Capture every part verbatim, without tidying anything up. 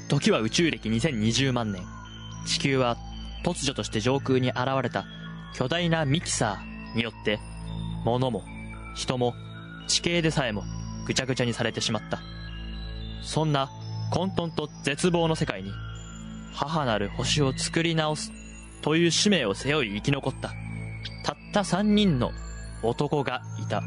時は宇宙歴にせんにじゅうまんねん。地球は突如として上空に現れた巨大なミキサーによって物も人も地形でさえもぐちゃぐちゃにされてしまった。そんな混沌と絶望の世界に母なる星を作り直すという使命を背負い生き残ったたったさんにんの男がいた。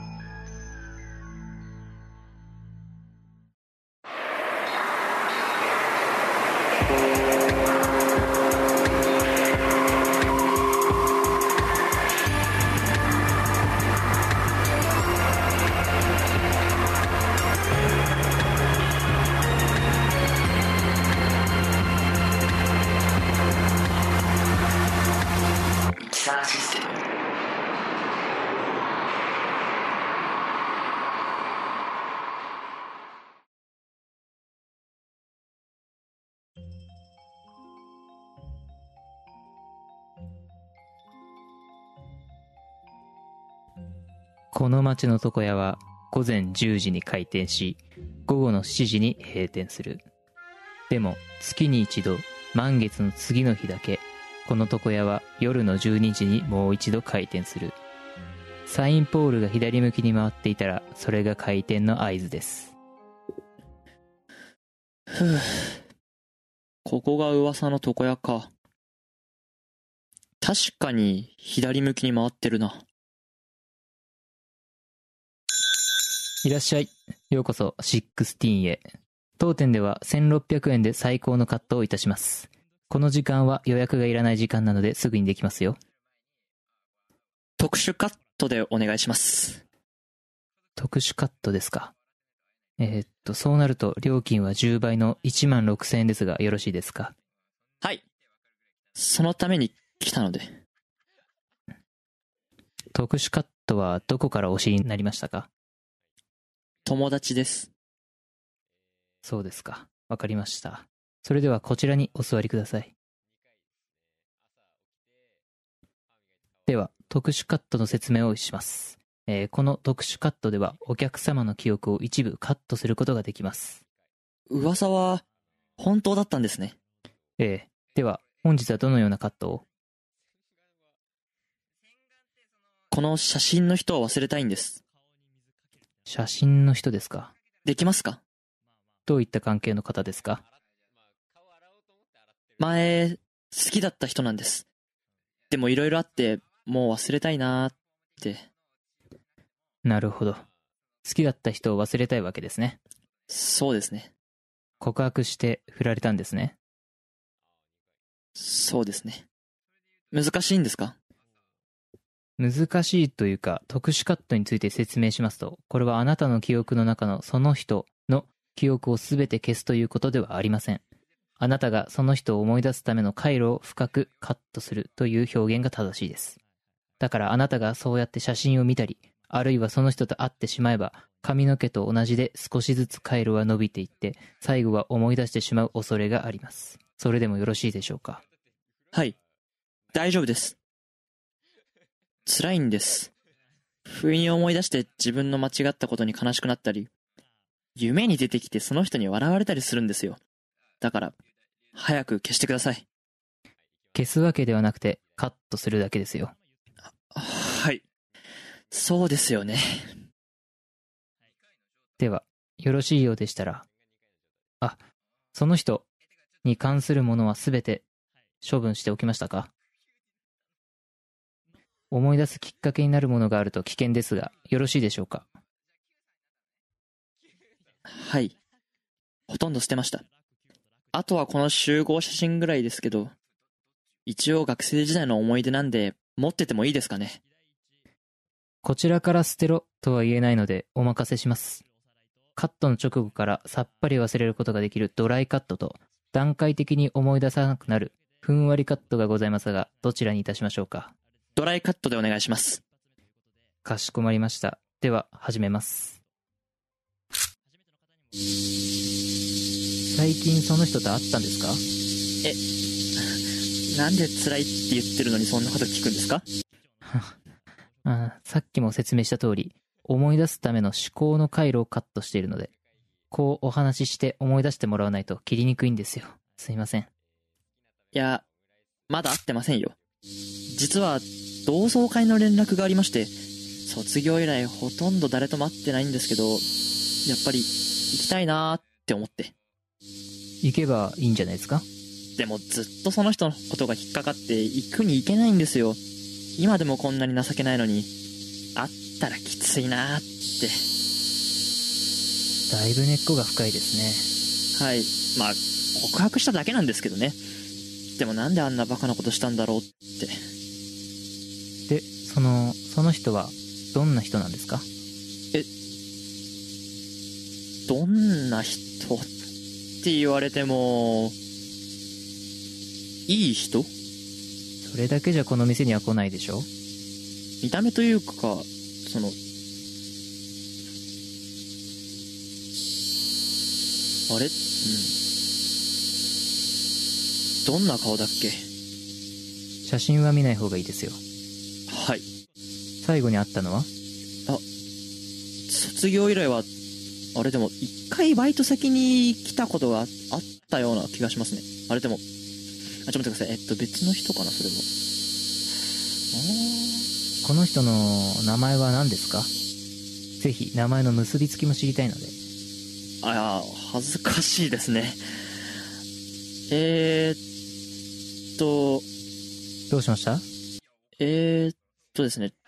この町の床屋は午前じゅうじに開店し、午後のしちじに閉店する。でも月に一度、満月の次の日だけ、この床屋は夜のじゅうにじにもう一度開店する。サインポールが左向きに回っていたら、それが開店の合図です。 ふぅ。ここが噂の床屋か。確かに左向きに回ってるな。 いらっしゃい。ようこそじゅうろくへ。当店ではせんろっぴゃくえんで最高のカットをいたします。この時間は予約がいらない時間なのですぐにできますよ。 特殊カットでお願いします。 特殊カットですか。えー、っと、そうなると料金はじゅうばいのいちまんろくせんえんですがよろしいですか。 はい。そのために来たので。 特殊カットはどこからお知りになりましたか。 友達です。 そうですか。わかりました。それではこちらにお座りください。では、特殊カットの説明をします。えー、この特殊カットではお客様の記憶を一部カットすることができます。 噂は本当だったんですね。 ええ。では、本日はどのようなカットを。 この写真の人を忘れたいんです。 写真の人ですか。 できますか。 どういった関係の方ですか。 前、好きだった人なんです。でもいろいろあって、もう忘れたいなーって。 なるほど。好きだった人を忘れたいわけですね。 そうですね。 告白して振られたんですね。 そうですね。難しいんですか。 難しいというか、特殊カットについて説明しますと、これはあなたの記憶の中のその人の記憶をすべて消すということではありません。あなたがその人を思い出すための回路を深くカットするという表現が正しいです。だからあなたがそうやって写真を見たり、あるいはその人と会ってしまえば、髪の毛と同じで少しずつ回路は伸びていって、最後は思い出してしまう恐れがあります。それでもよろしいでしょうか。 はい。大丈夫です。辛いんです。不意に思い出して自分の間違ったことに悲しくなったり、夢に出てきてその人に笑われたりするんですよ。だから、早く消してください。 消すわけではなくて、カットするだけですよ。 はい。そうですよね。 では、よろしいようでしたら、あ、その人に関するものはすべて処分しておきましたか。思い出すきっかけになるものがあると危険ですが、よろしいでしょうか。 はい。ほとんど捨てました。あとはこの集合写真ぐらいですけど、一応学生時代の思い出なんで、持っててもいいですかね。 こちらから捨てろとは言えないのでお任せします。カットの直後からさっぱり忘れることができるドライカットと、段階的に思い出さなくなるふんわりカットがございますが、どちらにいたしましょうか。 ドライカットでお願いします。 かしこまりました。では始めます。最近その人と会ったんですか。 え、なんで辛いって言ってるのにそんなこと聞くんですか。 あ、さっきも説明した通り、思い出すための思考の回路をカットしているので。 こうお話しして思い出してもらわないと切りにくいんですよ。すいません。 いや、まだ会ってませんよ。実は同窓会の連絡がありまして、卒業以来ほとんど誰とも会ってないんですけど、やっぱり行きたいなーって思って。 行けばいいんじゃないですか。 でもずっとその人のことが引っかかって行くに行けないんですよ。今でもこんなに情けないのに、会ったらきついなーって。 だいぶ根っこが深いですね。はい。まあ告白しただけなんですけどね。でもなんであんなバカなことしたんだろうって。 で、そのその人はどんな人なんですか。 え、どんな人って言われても、いい人？ それだけじゃこの店には来ないでしょ。 見た目というか、その、あれ？うん。どんな顔だっけ？ 写真は見ない方がいいですよ。 はい。 最後に会ったのは？あ、 卒業以来は、あれでも一回バイト先に来たことがあったような気がしますね。あれでも、あ、ちょっと待ってください。えっと、別の人かな、それは。 この人の名前は何ですか？ぜひ名前の結びつきも知りたいので。 あ、恥ずかしいですね。えーっと、 どうしました？ えーっとですね。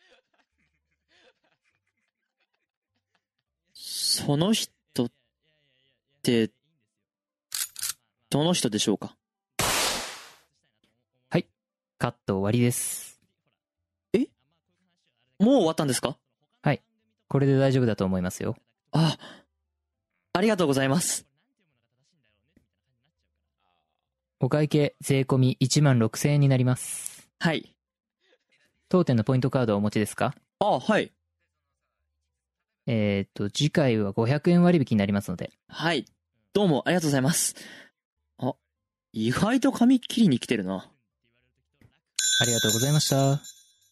その人って、どの人でしょうか？ はい。カット終わりです。 え？もう終わったんですか？ はい。これで大丈夫だと思いますよ。 あ、ありがとうございます。 お会計税込みいちまんろくせんえんになります。 はい。 当店のポイントカードをお持ちですか？ あ、はい。 えーっと、次回はごひゃくえん割引になりますので。 はい。どうもありがとうございます。あ、意外と髪切りに来てるな。 ありがとうございました。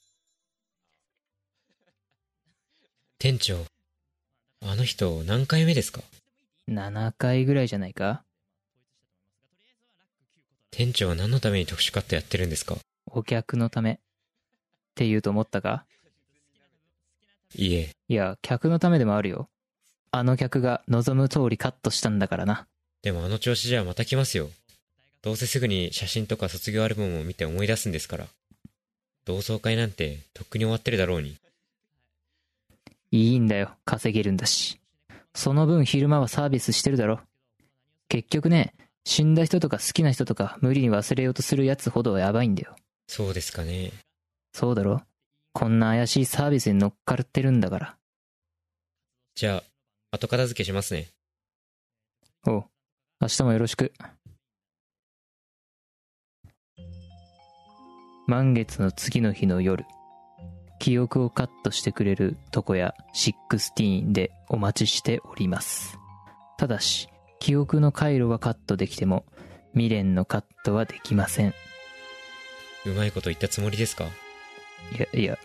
店長、あの人何回目ですか？ ななかいぐらいじゃないか。 店長は何のために特殊カットやってるんですか？ お客のためって言うと思ったか？ いえ。 いや、客のためでもあるよ。あの客が望む通りカットしたんだからな。 でもあの調子じゃまた来ますよ。どうせすぐに写真とか卒業アルバムを見て思い出すんですから。同窓会なんてとっくに終わってるだろうに。 いいんだよ、稼げるんだし。その分昼間はサービスしてるだろ。結局ね、死んだ人とか好きな人とか無理に忘れようとするやつほどやばいんだよ。 そうですかね。 そうだろ。こんな怪しいサービスに乗っかってるんだから。 じゃあ後片付けしますね。 おう、明日もよろしく。満月の次の日の夜、記憶をカットしてくれる床屋じゅうろくでお待ちしております。ただし記憶の回路はカットできても未練のカットはできません。 うまいこと言ったつもりですか？ いやいや。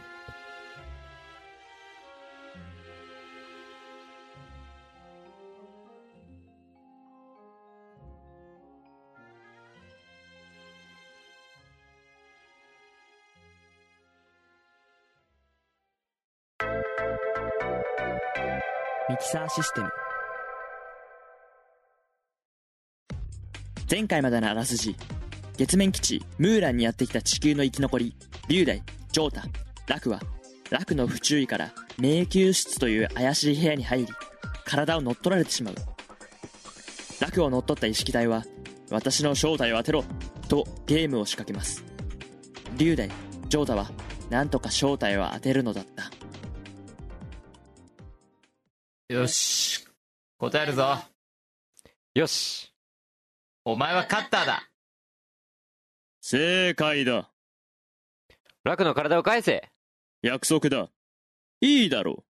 ミキサーシステム。前回までのあらすじ。月面基地ムーランにやってきた地球の生き残りリュウダイ、ジョータ、ラクはラクの不注意から迷宮室という怪しい部屋に入り、体を乗っ取られてしまう。ラクを乗っ取った意識体は、私の正体を当てろとゲームを仕掛けます。リュウダイ、ジョータはなんとか正体を当てるのだった。 よし、答えるぞ。よし、お前はカッターだ。 正解だ。 ラクの体を返せ。 約束だ。いいだろう。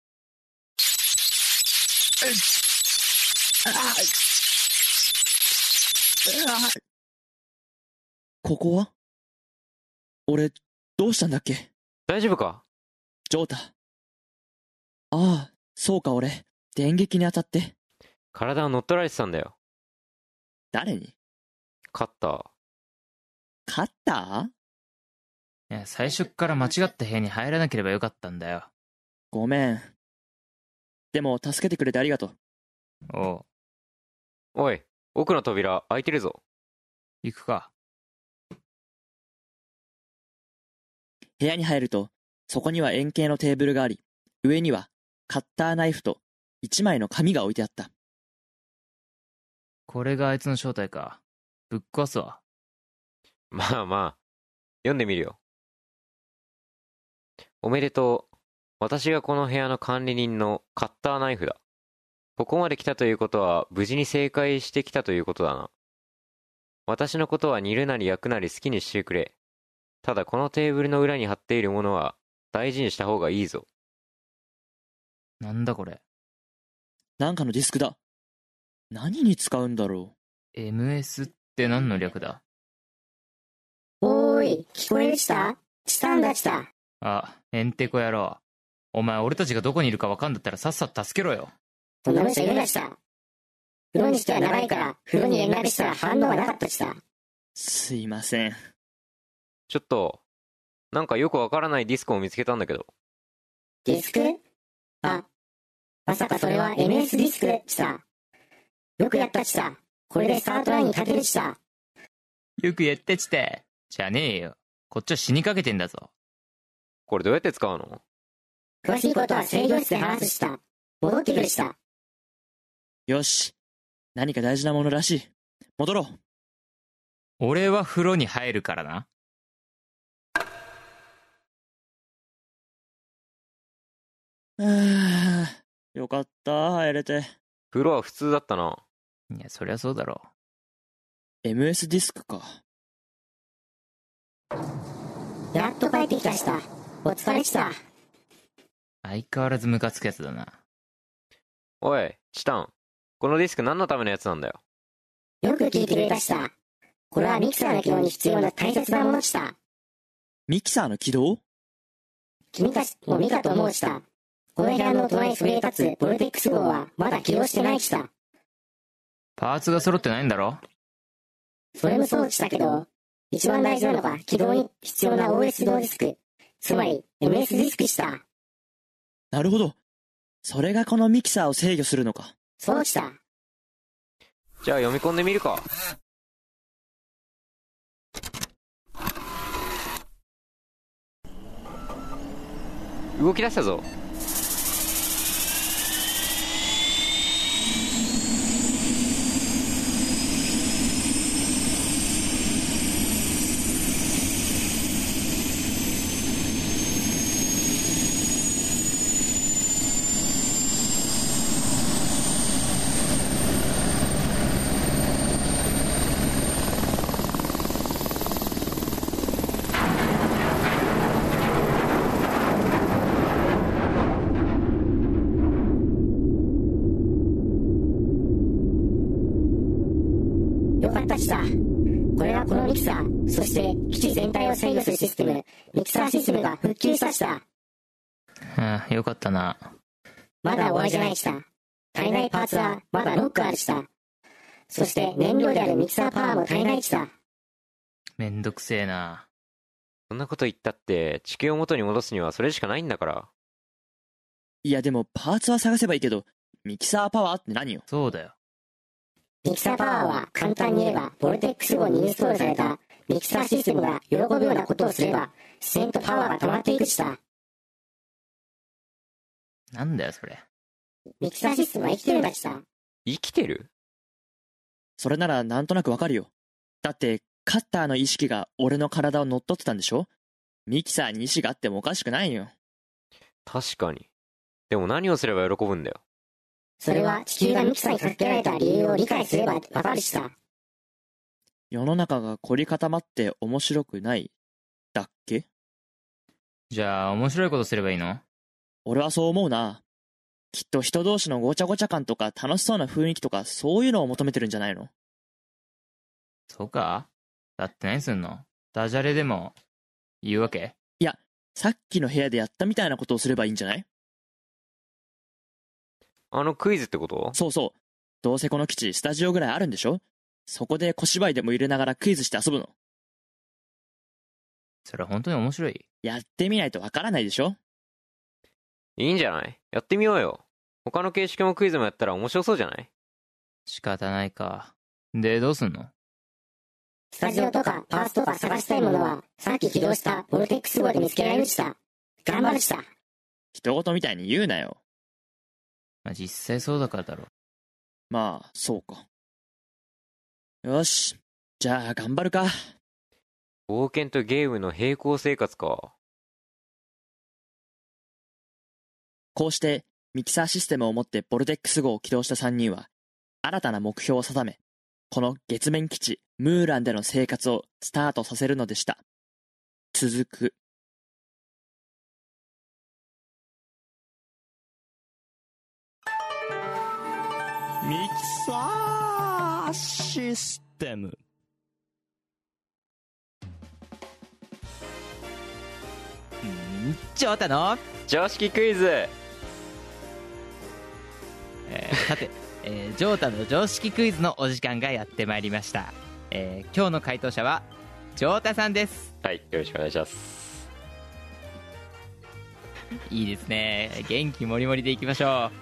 ここは？俺どうしたんだっけ？ 大丈夫か？ ジョータ。ああ、そうか、俺電撃に当たって。 体を乗っ取られてたんだよ。 誰に？ カッター。 カッター？ いや、最初っから間違った部屋に入らなければよかったんだよ。 ごめん。でも助けてくれてありがとう。 おう。 おい、奥の扉開いてるぞ。 行くか。 部屋に入ると、そこには円形のテーブルがあり、上にはカッターナイフと一枚の紙が置いてあった。 これがあいつの正体か。ぶっ壊すわ。 まあまあ、読んでみるよ。おめでとう。私がこの部屋の管理人のカッターナイフだ。ここまで来たということは無事に正解してきたということだな。私のことは煮るなり焼くなり好きにしてくれ。ただこのテーブルの裏に貼っているものは大事にした方がいいぞ。 なんだこれ。 なんかのディスクだ。何に使うんだろう。エムエス って何の略だ？ おーい、聞こえるした？チタンだチタ。 あ、へんてこ野郎。お前俺たちがどこにいるか分かんだったらさっさと助けろよ。 そんな無茶言うなした。風呂にしては長いから風呂に連絡したら反応はなかったした。 すいません。 ちょっと、なんかよくわからないディスクを見つけたんだけど。 ディスク？あ、まさかそれは エムエス ディスクした。よくやったした。これでスタートラインに立てるした。 よくやったした。じゃねえよ。こっちは死にかけてんだぞ。 これどうやって使うの？ 詳しいことは制御室で話すした。戻ってくるした。 よし。何か大事なものらしい。戻ろう。 俺は風呂に入るからな。 はぁ、よかった、入れて。 風呂は普通だったな。 いや、そりゃそうだろう。エムエス ディスクか。 やっと帰ってきたした。お疲れした。 相変わらずムカつくやつだな。 おい、チタン。このディスク何のためのやつなんだよ。 よく聞いてくれたした。これはミキサーの起動に必要な大切なものした。 ミキサーの起動？ 君たちも見たと思うした。この部屋の隣にそびえ立つボルテックス号はまだ起動してないした。 パーツが揃ってないんだろ？ それもそうしたけど、一番大事なのが起動に必要な オーエス 起動ディスク、つまり エムエス ディスクした。 なるほど。それがこのミキサーを制御するのか。 そうした。 じゃあ読み込んでみるか。動き出したぞ。 これはこのミキサー、そして基地全体を制御するシステム、ミキサーシステムが復旧したした。 ああ、よかったな。 まだ終わりじゃないした。足りないパーツはまだろっこあるした。そして燃料であるミキサーパワーも足りないした。 めんどくせえな。 そんなこと言ったって地球を元に戻すにはそれしかないんだから。 いやでもパーツは探せばいいけど、ミキサーパワーって何よ？ そうだよ。 ミキサーパワーは簡単に言えばボルテックス号にインストールされたミキサーシステムが喜ぶようなことをすれば自然とパワーが溜まっていくした。 なんだよそれ。 ミキサーシステムは生きてるんだした。 生きてる？ それならなんとなくわかるよ。だってカッターの意識が俺の体を乗っ取ってたんでしょ？ミキサーに意志があってもおかしくないよ。 確かに。でも何をすれば喜ぶんだよ。 それは地球がミキサーにかけられた理由を理解すればわかるしさ。 世の中が凝り固まって面白くないだっけ？ じゃあ面白いことすればいいの？ 俺はそう思うな。きっと人同士のごちゃごちゃ感とか楽しそうな雰囲気とかそういうのを求めてるんじゃないの？ そうか？だって何すんの？ダジャレでも言うわけ？ いや、さっきの部屋でやったみたいなことをすればいいんじゃない？ あのクイズってこと？ そうそう。 どうせこの基地スタジオぐらいあるんでしょ？そこで小芝居でも入れながらクイズして遊ぶの。 それは本当に面白い？ やってみないとわからないでしょ？ いいんじゃない？やってみようよ。他の形式もクイズもやったら面白そうじゃない？ 仕方ないか。で、どうすんの？ スタジオとかパーツとか探したいものは、さっき起動したボルテックス号で見つけられるしさ。頑張るしさ。 人事みたいに言うなよ。 まあ、実際そうだからだろ。 まあ、そうか。よし。じゃあ、頑張るか。 冒険とゲームの並行生活か。 こうしてミキサーシステムを持ってボルテックス号を起動したさんにんは新たな目標を定め、この月面基地ムーランでの生活をスタートさせるのでした。続く。 ミキサーシステム。 ジョータの、 常識クイズ。 えーさて、えージョータの常識クイズのお時間がやってまいりました。えー今日の回答者はジョータさんです。 はい、よろしくお願いします。 いいですね。元気もりもりでいきましょう。はい、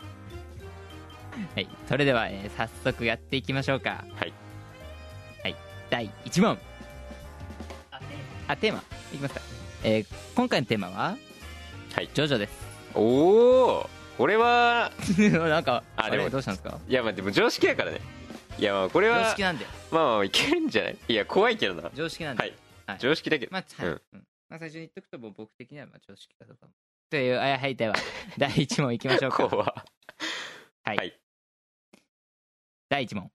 それでは、えー早速やっていきましょうか。 はいはい、だいいち問。あ、テーマいきますか。えー今回のテーマは、 はい、 ジョジョです。 おお、これはなんかあでもあれどうしたんですか？ いや、まあでも常識やからね。いや、まあこれは常識なんで。 まあまあいけるんじゃない？いや、怖いけどな。 常識なんで。 はい、 はい、 常識だけど。 まあ、はい、 うんうんまあ、最初に言っとくと、もう僕的にはまあ常識かどうかも。という、あ、はい、ではだいいち問いきましょうか。 怖はい、 はい、 だいいち問。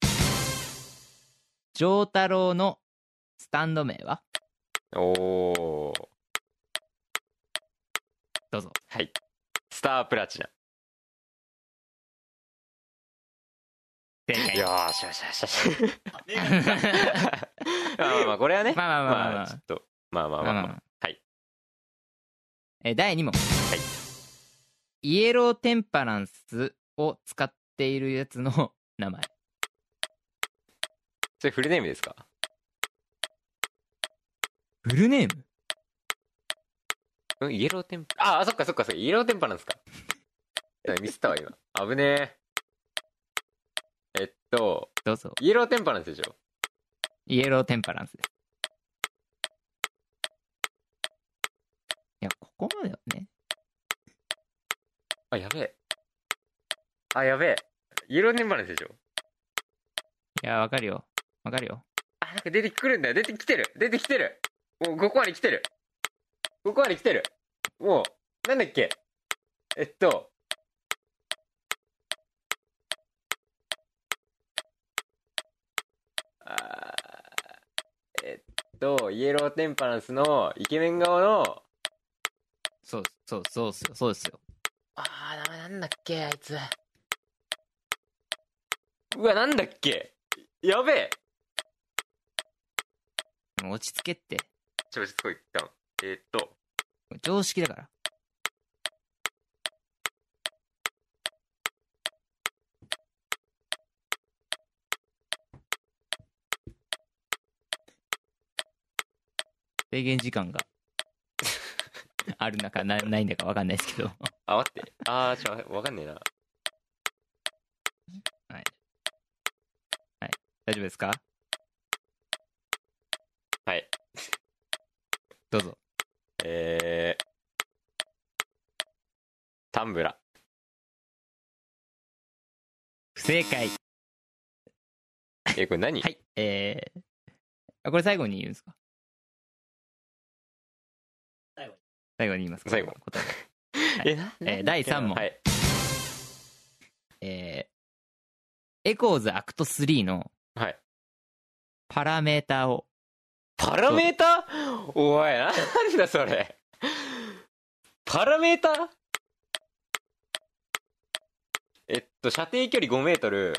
丈太郎のスタンド名は？ おお、 どうぞ。 はい、スタープラチナ。 正解。 よーしよしよしよし。まあまあまあこれはね、 まあまあまあまあまあちょっとまあまあまあまあ、 まあまあはい。 えーだいに問。 いイエローテンパランスを使っているやつの名前。 それフルネームですか？ フルネーム？ うん、イエローテンパ、ああ、そっかそっかそっか、イエローテンパなんですか。いやミスったわ今。危ねえ。えっとどうぞ。 イエローテンパなんですでしょ。 イエローテンパランスです。いや、ここまではね。 あ、やべえ。あ、やべえ。イエローテンパなんですでしょ。 いや、わかるよ。わかるよ。 あ、なんか出てくるんだよ。出てきてる。出てきてる。もうここまで来てる。ここまで来てる。もう、なんだっけ。えっと。あーえっと、イエローテンパランスのイケメン顔の、 そうそうそうっすよ。そうですよ。 あー、名前なんだっけ、あいつ。うわ、なんだっけ。やべえ。 もう落ち着けって。 ちょ、落ち着こい、一旦。えーっと。 常識だから。制限時間がある中な、ないんだかわかんないですけど。 あ、待って。あー、ちょ、わかんねえな。 はい。はい。大丈夫ですか？ はい。 どうぞ。 えー。タンブラ。 不正解。 え、これ何？ はい。えー、あ、これ最後に言うんですか？ 最後に。 最後に言いますか？ 最後答え。 え、なえーだいさん問。 はい。 えー、エコーズアクトスリーのはい。 パラメーターを。 パラメーター？おい、なんだそれ。パラメーター？えっと、射程距離ごメートル。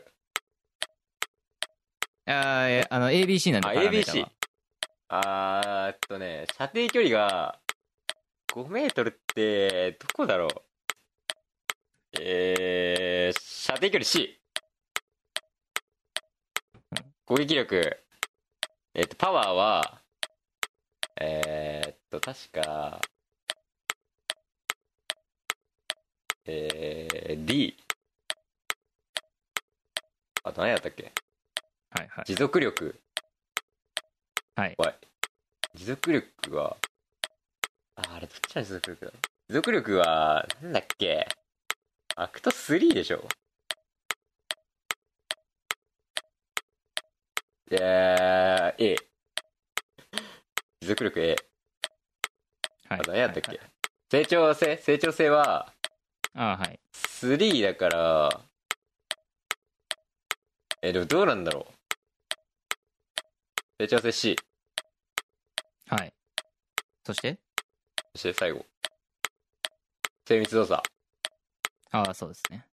あーえーあの、エービーシー なんで、 あ、 パラメーターエービーシーは。。 あーえっとね、射程距離がごメートルって、どこだろう。えー、射程距離 C。 攻撃力、えっとパワーはえー、っと確かえー、D。 あと何やったっけ。 はいはい。 持続力。 はい。 わい持続力はああれどっちの持続力だ。持続力はなんだっけ。アクトスリーでしょ。えー、A。持続力 A。 はい。 あと何やったっけ、 はいはい成長性成長性はああ、はい。 スリーだからえでもどうなんだろう。成長性 C。 はい。そしてそして最後精密動作。 ああ、そうですね。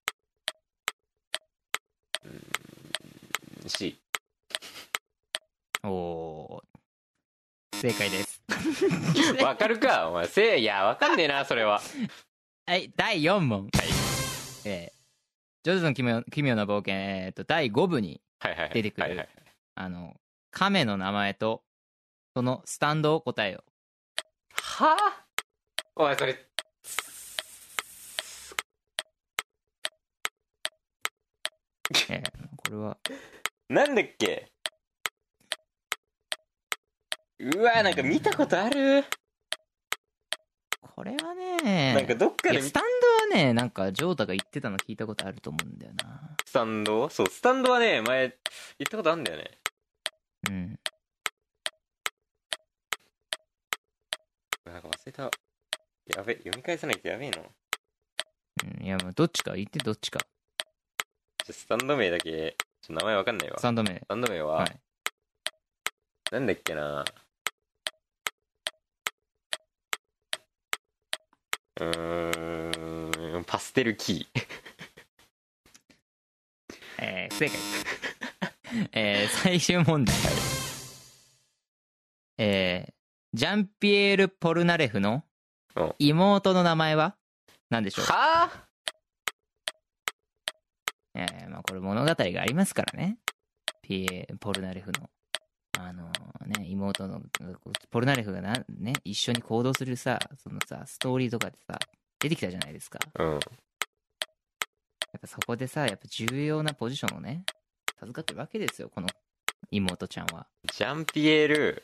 うーん C。 おー。正解です。 わかるかお前。せいやわかんねえなそれは。 はい、だいよん問。はい。えー、ジョジョの奇妙奇妙な冒険、えー、と、だいご部にはいはいはい出てくる、 はいはい、 あの、亀の名前と、そのスタンドを答えよはあお前それう。えー、これは、 なんだっけ。うわなんか見たことある。 これはね、 なんかどっかで見いやスタンドはね、なんか、ジョータが言ってたの聞いたことあると思うんだよな。 スタンドそうスタンドはね前言ったことあるんだよね。 うん。 なんか忘れた。やべ読み返さないとやべえな。 うん、いや、もうどっちか、言ってどっちか。 ちょスタンド名だけちょ名前わかんないわ。 スタンド名。 スタンド名は、 はい。 なんだっけな。うーんパステルキー。 えー、不正解です。えー、最終問題。えー、ジャンピエール・ポルナレフのうん妹の名前は何でしょう。 はあえー、まあこれ物語がありますからね。ピエール・ポルナレフの。あのね、妹の、ポルナレフがな、ね、一緒に行動するさ、そのさ、ストーリーとかでさ、出てきたじゃないですか。 うんやっぱそこでさ、やっぱ重要なポジションをね、授かってるわけですよ、この妹ちゃんは。 ジャンピエール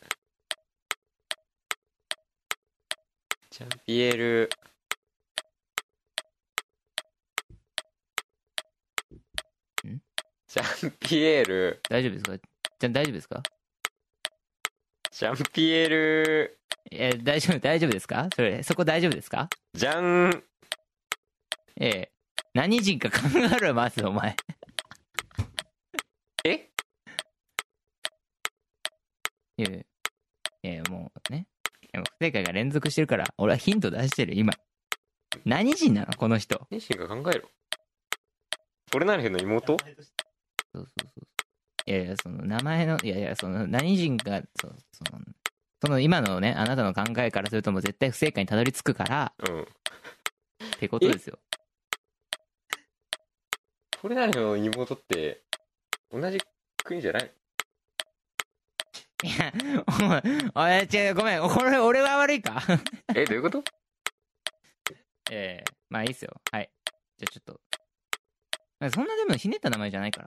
ジャンピエールんジャンピエール大丈夫ですか？じゃ大丈夫ですか？ ジャンピエールえー、大丈夫、大丈夫ですか？それ、そこ大丈夫ですか？ ジャンええー、何人か考えろよ、まず、お前。 えいやいや、いやいやもうね。いや不正解が連続してるから、俺はヒント出してる、今。何人なのこの人。 ニシンが考えろ。ポルナレフの妹。 そうそうそう。いやいや、その名前の、いやいや、その何人が、そうその、その今のね、あなたの考えからするともう絶対不正解にたどり着くから、 うんってことですよ。 ポルナレフの妹って同じ国じゃない。 いや、お前、おい、違う、ごめん、これ、俺は悪いかえどういうこと。 ええまあいいっすよ。はい。じゃあちょっと。そんなでもひねった名前じゃないから。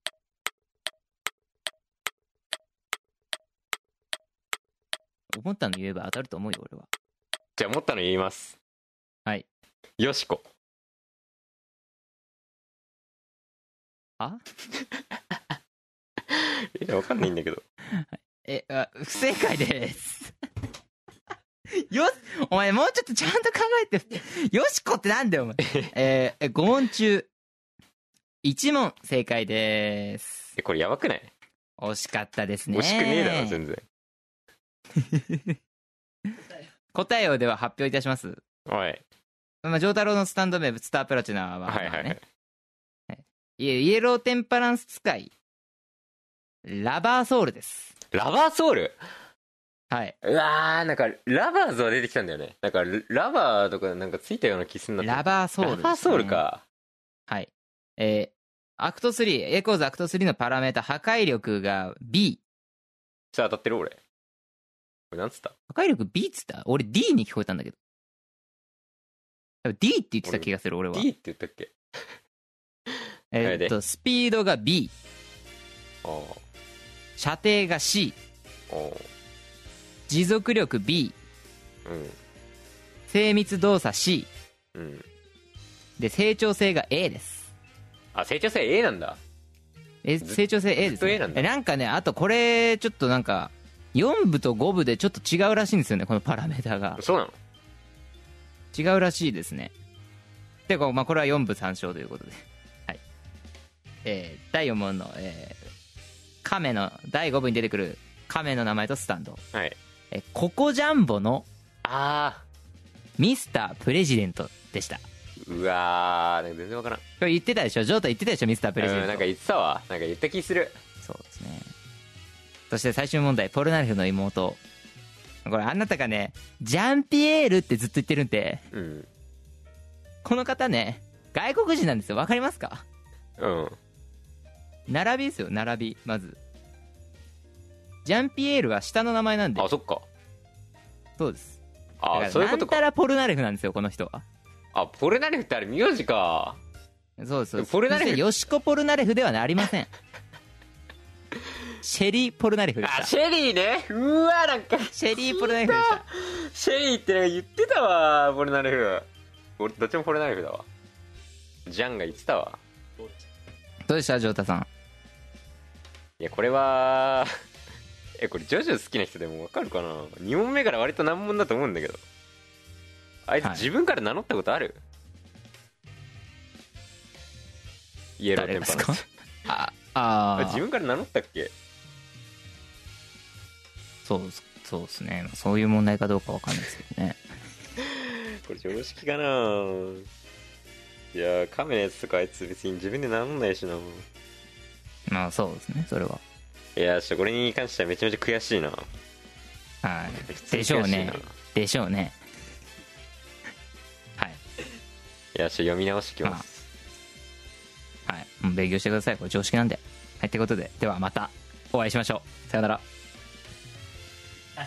思ったの言えば当たると思うよ、俺は。 じゃあ思ったの言います。 はい。 よしこ。 あえわかんないんだけど。 え、あ、不正解です。よし、お前もうちょっとちゃんと考えて。よしこってなんだよ、お前。えー、ご問中、いち問正解です。 えこれやばくない。 惜しかったですね。 惜しくねえだろ全然。 答えをでは発表いたします。 おい。 まあ、ジョータロのスタンド名、スタープラチナは、 はいはいはい。 まあね、イエイエローテンパランス使い、ラバーソウルです。 ラバーソウル。 はい。 うわーなんかラバーズは出てきたんだよね。なんかラバーとかなんかついたような気すんなって。 ラバーソウル、ね、 ラバーソウルか。 はい。えアクトスリー、エコーズアクトスリーのパラメータ破壊力が B。 それ当たってる俺。これなんつった？ 破壊力 B っつった？俺 D に聞こえたんだけど。D って言ってた気がする俺は。 D って言ったっけ？ えっと、スピードが B。 ああ。 射程が C。 お持続力 B。 うん。 精密動作 C。 うん。 で、成長性が A です。 あ、成長性 A なんだ。 え、成長性 A です、ね。 ずっと A なんだ。 え、なんかね、あとこれ、ちょっとなんか、よん部とご部でちょっと違うらしいんですよね、このパラメータが。 そうなの？ 違うらしいですね。で、まあ、これはよん部参照ということで。はい。えー、だいよん問の、えー、亀の、だいご部に出てくる亀の名前とスタンド。 はい。 え、ココジャンボの、 あミスタープレジデントでした。 ー。うわー、なんか全然わからん。これ言ってたでしょ？ジョータ言ってたでしょ？ミスタープレジデント。 うん、なんか言ってたわ。なんか言った気する。 そうですね。そして最終問題、ポルナレフの妹。これあなたがね、ジャンピエールってずっと言ってるんで、 うん。 この方ね、外国人なんですよ。わかりますか？ うん。 並びですよ、並び。まずジャンピエールは下の名前なんで。 あ、そっか。 そうです。 ああ、そういうことか。 なんたらポルナレフなんですよ、この人は。 あ、ポルナレフってあれ名字か。 そうです。 ポルナレフ、 ヨシコポルナレフではありません。シェリーポルナレフでした。 あ、シェリーね。うわ、なんかシェリーポルナレフでした。 シェリーってなんか言ってたわ、ポルナレフ。俺どっちもポルナレフだわ。ジャンが言ってたわ。 どうでした、ジョータさん？ いや、これはえ、これジョジョ好きな人でも分かるかな。に問目から割と難問だと思うんだけど、あいつ自分から名乗ったことある？イエローテンパランス。 ああ、 自分から名乗ったっけ？ そうそうですね。そういう問題かどうか分かんないですけどね。 これ常識かな。いや、カメのやつとかあいつ別に自分で名乗んないしな。 まあそうですね、それは。 いや、ちょっとこれに関してはめちゃめちゃ悔しいな。 はい。でしょうね。でしょうね。はい。 いや、ちょっと読み直してきます。 はい。もう勉強してください。これ常識なんで。はい。ってことで、ではまたお会いしましょう。さよなら。はい。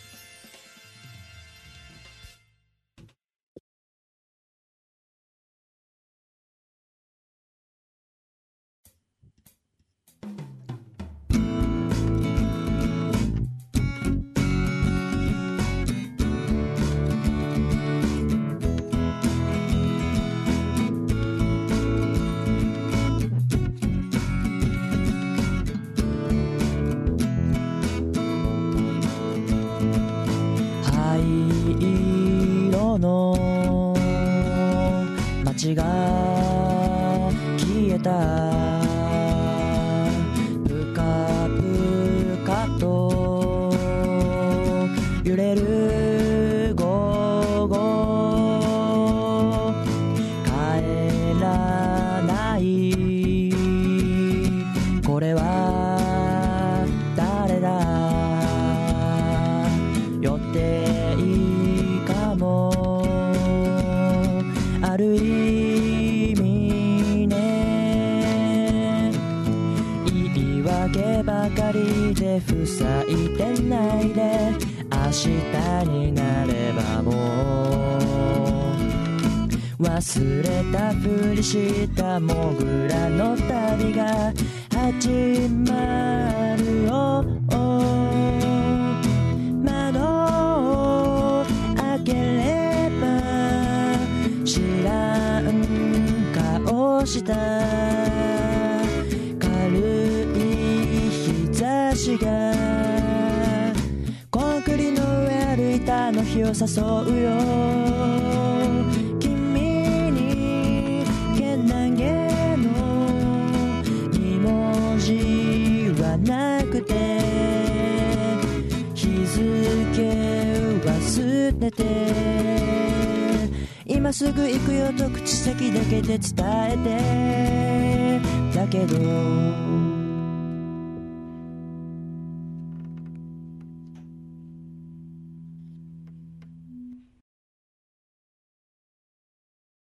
街が消えたぷかぷかと揺れる午後帰らないこれは誰だ予定かもある意味ね言い訳ばかりで塞いでないで明日になればもう忘れたふりしたモグラの旅が始まるよ窓を開ければ知らん顔した軽い日差しがコンクリの上歩いたあの日を誘うよ君にけなげのに文字はなくて日付は捨てて今すぐ行くよと口先だけで伝えてだけど